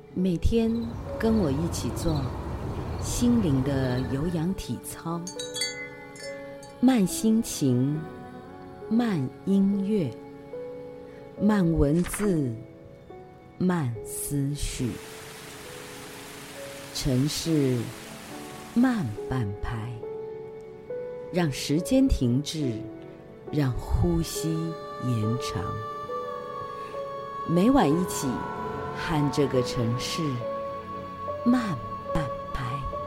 每天跟我一起做心灵的有氧体操，慢心情，慢音乐，慢文字，慢思绪，城市慢半拍，让时间停滞，让呼吸延长。每晚一起和这个城市慢半拍，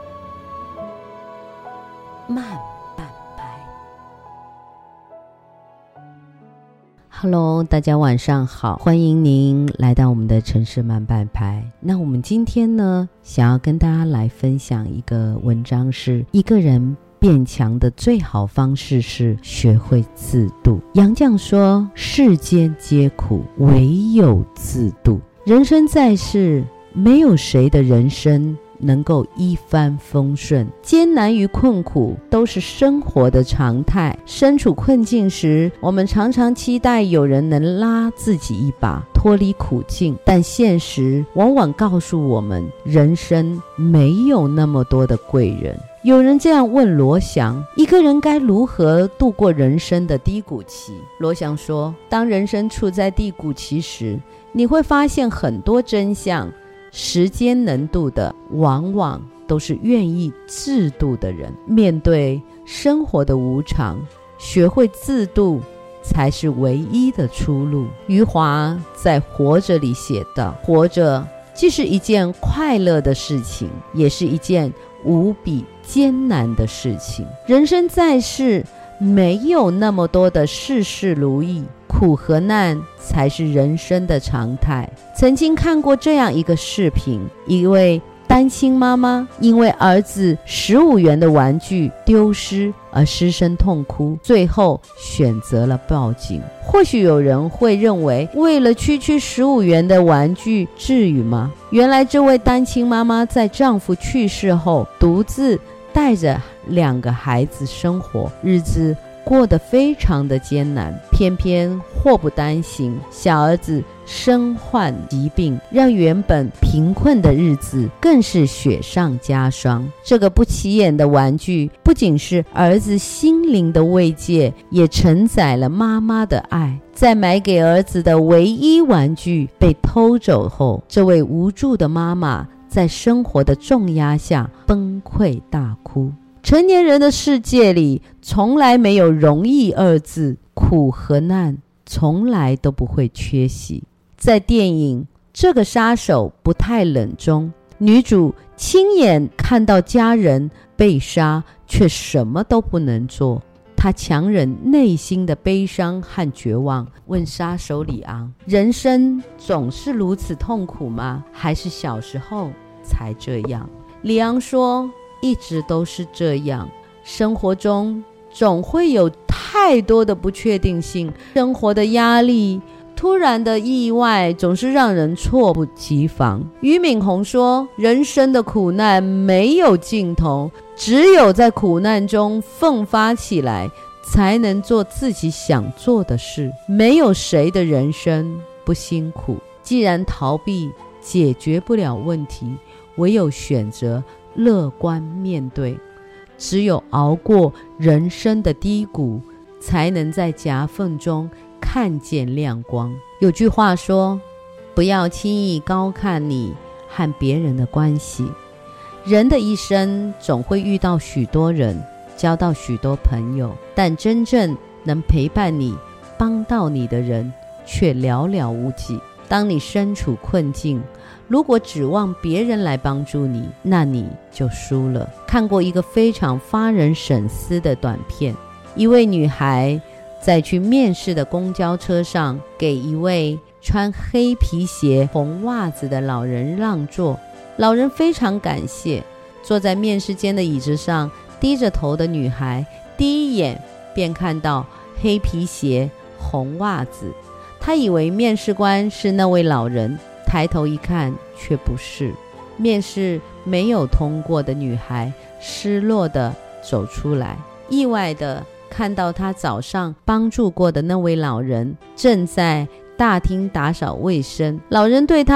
慢半拍。Hello， 大家晚上好，欢迎您来到我们的城市慢半拍。那我们今天呢，想要跟大家来分享一个文章，是一个人变强的最好方式是学会自度。杨绛说，世间皆苦，唯有自度。人生在世，没有谁的人生能够一帆风顺，艰难与困苦都是生活的常态。身处困境时，我们常常期待有人能拉自己一把，脱离苦境，但现实往往告诉我们，人生没有那么多的贵人。有人这样问罗翔，一个人该如何度过人生的低谷期？罗翔说，当人生处在低谷期时，你会发现很多真相，时间能度的往往都是愿意自度的人。面对生活的无常，学会自度才是唯一的出路。余华在《活着》里写道，活着既是一件快乐的事情，也是一件无比艰难的事情。人生在世，没有那么多的事事如意，苦和难才是人生的常态。曾经看过这样一个视频，一位单亲妈妈因为儿子15元的玩具丢失而失声痛哭，最后选择了报警。或许有人会认为，为了区区15元的玩具，至于吗？原来这位单亲妈妈在丈夫去世后，独自带着2个孩子生活，日子过得非常的艰难。偏偏祸不单行，小儿子身患疾病，让原本贫困的日子更是雪上加霜。这个不起眼的玩具不仅是儿子心灵的慰藉，也承载了妈妈的爱。在买给儿子的唯一玩具被偷走后，这位无助的妈妈在生活的重压下崩溃大哭。成年人的世界里，从来没有容易2字，苦和难从来都不会缺席。在电影《这个杀手不太冷》中，女主亲眼看到家人被杀，却什么都不能做。她强忍内心的悲伤和绝望，问杀手李昂，人生总是如此痛苦吗？还是小时候才这样？李昂说，一直都是这样。生活中总会有太多的不确定性，生活的压力，突然的意外总是让人猝不及防。俞敏洪说，人生的苦难没有尽头，只有在苦难中奋发起来，才能做自己想做的事。没有谁的人生不辛苦，既然逃避解决不了问题，唯有选择乐观面对。只有熬过人生的低谷，才能在夹缝中看见亮光。有句话说，不要轻易高看你和别人的关系。人的一生总会遇到许多人，交到许多朋友，但真正能陪伴你、帮到你的人却寥寥无几。当你身处困境，如果指望别人来帮助你，那你就输了。看过一个非常发人深思的短片，一位女孩在去面试的公交车上，给一位穿黑皮鞋红袜子的老人让座。老人非常感谢。坐在面试间的椅子上低着头的女孩，第一眼便看到黑皮鞋红袜子，她以为面试官是那位老人，抬头一看却不是。面试没有通过的女孩失落地走出来，意外地看到她早上帮助过的那位老人正在大厅打扫卫生。老人对她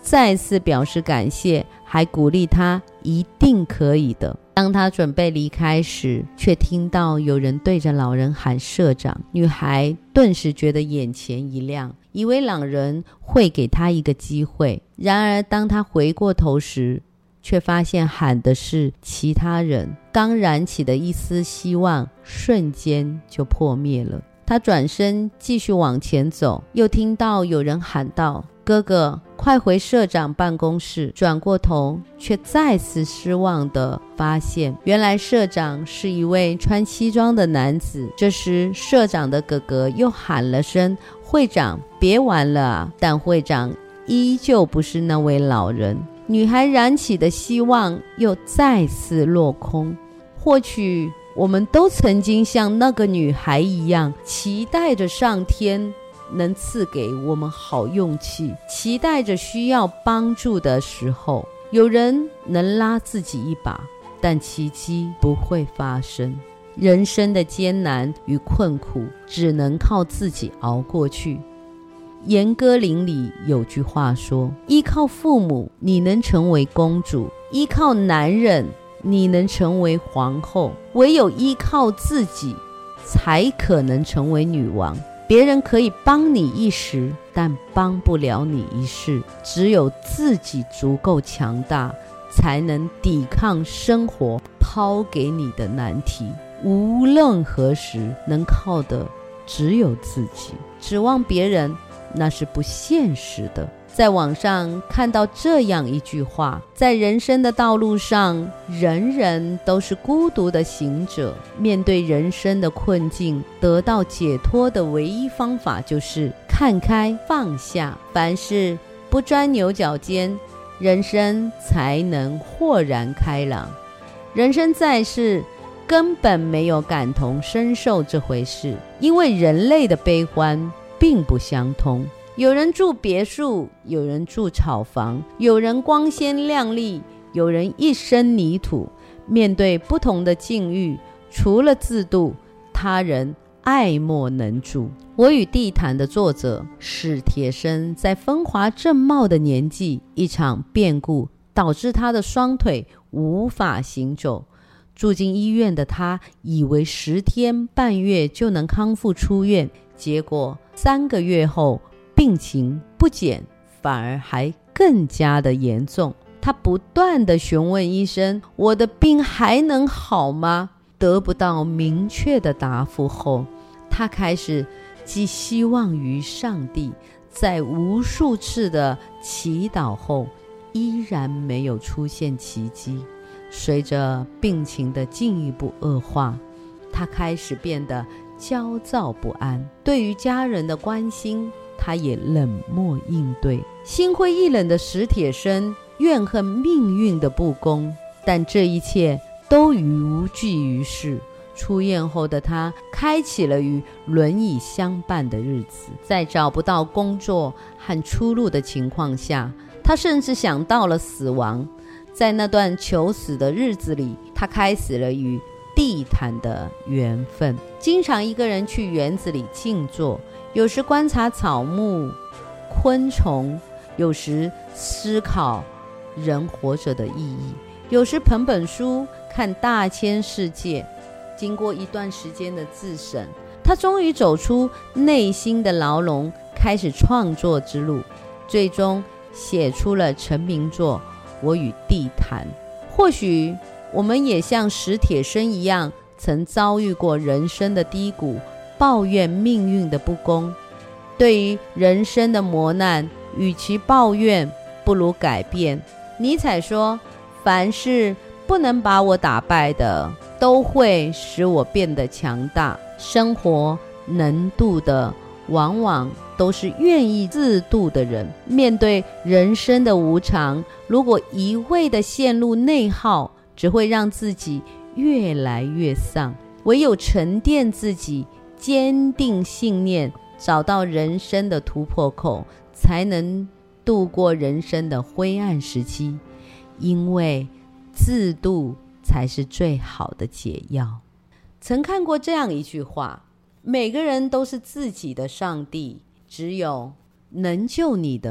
再次表示感谢，还鼓励他一定可以的。当他准备离开时，却听到有人对着老人喊社长。女孩顿时觉得眼前一亮，以为老人会给她一个机会。然而当她回过头时，却发现喊的是其他人。刚燃起的一丝希望瞬间就破灭了。她转身继续往前走，又听到有人喊道：哥哥，快回社长办公室。转过头，却再次失望地发现，原来社长是一位穿西装的男子。这时社长的哥哥又喊了声：会长，别玩了啊！但会长依旧不是那位老人。女孩燃起的希望又再次落空。或许我们都曾经像那个女孩一样，期待着上天能赐给我们好运气，期待着需要帮助的时候，有人能拉自己一把，但奇迹不会发生。人生的艰难与困苦，只能靠自己熬过去。严歌苓里有句话说：依靠父母，你能成为公主；依靠男人，你能成为皇后；唯有依靠自己，才可能成为女王。别人可以帮你一时，但帮不了你一世。只有自己足够强大，才能抵抗生活抛给你的难题。无论何时，能靠的只有自己，指望别人那是不现实的。在网上看到这样一句话：在人生的道路上，人人都是孤独的行者。面对人生的困境，得到解脱的唯一方法就是看开放下，凡事不钻牛角尖，人生才能豁然开朗。人生在世，根本没有感同身受这回事，因为人类的悲欢并不相通。有人住别墅，有人住草房，有人光鲜亮丽，有人一身泥土。面对不同的境遇，除了自度，他人爱莫能助。我与地毯的作者史铁生在风华正茂的年纪，一场变故导致他的双腿无法行走。住进医院的他以为10天半月就能康复出院，结果3个月后病情不减，反而还更加的严重。他不断地询问医生：我的病还能好吗？得不到明确的答复后，他开始寄希望于上帝。在无数次的祈祷后，依然没有出现奇迹。随着病情的进一步恶化，他开始变得焦躁不安，对于家人的关心他也冷漠应对。心灰意冷的史铁生怨恨命运的不公，但这一切都无济于事。出院后的他开启了与轮椅相伴的日子。在找不到工作和出路的情况下，他甚至想到了死亡。在那段求死的日子里，他开始了与地毯的缘分，经常一个人去园子里静坐，有时观察草木昆虫，有时思考人活着的意义，有时捧本书看大千世界。经过一段时间的自省，他终于走出内心的牢笼，开始创作之路，最终写出了成名作《我与地毯》。或许我们也像史铁生一样，曾遭遇过人生的低谷，抱怨命运的不公。对于人生的磨难，与其抱怨，不如改变。尼采说：凡是不能把我打败的，都会使我变得强大。生活能度的，往往都是愿意自度的人。面对人生的无常，如果一味地陷入内耗，只会让自己越来越丧。唯有沉淀自己，坚定信念，找到人生的突破口，才能度过人生的灰暗时期。因为自度才是最好的解药。曾看过这样一句话：每个人都是自己的上帝，只有能救你的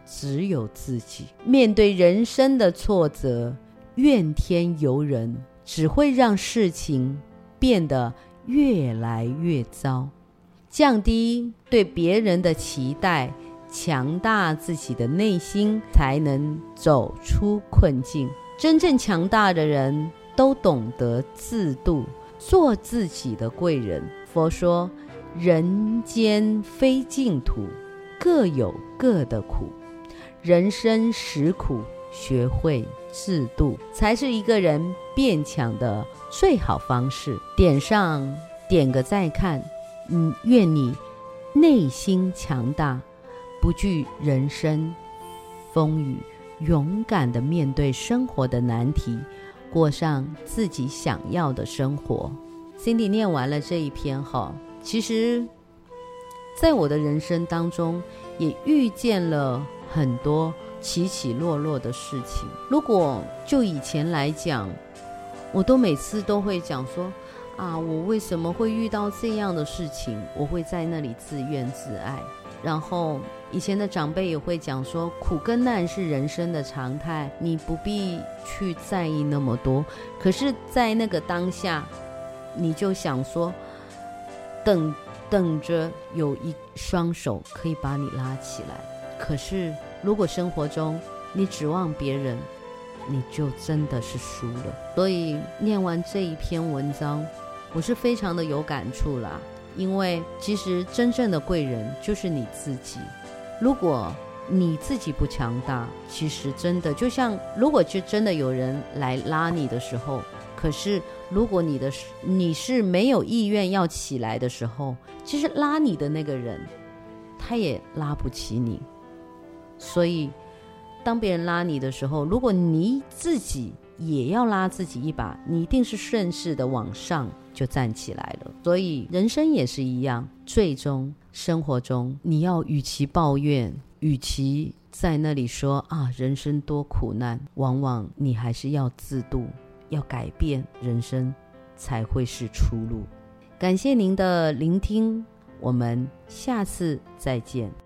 只有自己。面对人生的挫折，怨天尤人，只会让事情变得越来越糟。降低对别人的期待，强大自己的内心，才能走出困境。真正强大的人都懂得自度，做自己的贵人。佛说，人间非净土，各有各的苦。人生实苦，学会自度，才是一个人变强的最好方式。点个再看，愿你内心强大，不惧人生风雨，勇敢地面对生活的难题，过上自己想要的生活。Cindy 念完了这一篇后，其实在我的人生当中也遇见了很多起起落落的事情。如果就以前来讲，我都每次都会讲说我为什么会遇到这样的事情，我会在那里自怨自艾。然后以前的长辈也会讲说，苦跟难是人生的常态，你不必去在意那么多。可是在那个当下，你就想说，等着有一双手可以把你拉起来。可是如果生活中你指望别人，你就真的是输了。所以念完这一篇文章，我是非常的有感触啦。因为其实真正的贵人就是你自己。如果你自己不强大，其实真的就像，如果就真的有人来拉你的时候，可是如果你是没有意愿要起来的时候，其实拉你的那个人他也拉不起你。所以当别人拉你的时候，如果你自己也要拉自己一把，你一定是顺势的往上就站起来了。所以人生也是一样，最终生活中你要与其抱怨，与其在那里说人生多苦难，往往你还是要自度，要改变，人生才会是出路。感谢您的聆听，我们下次再见。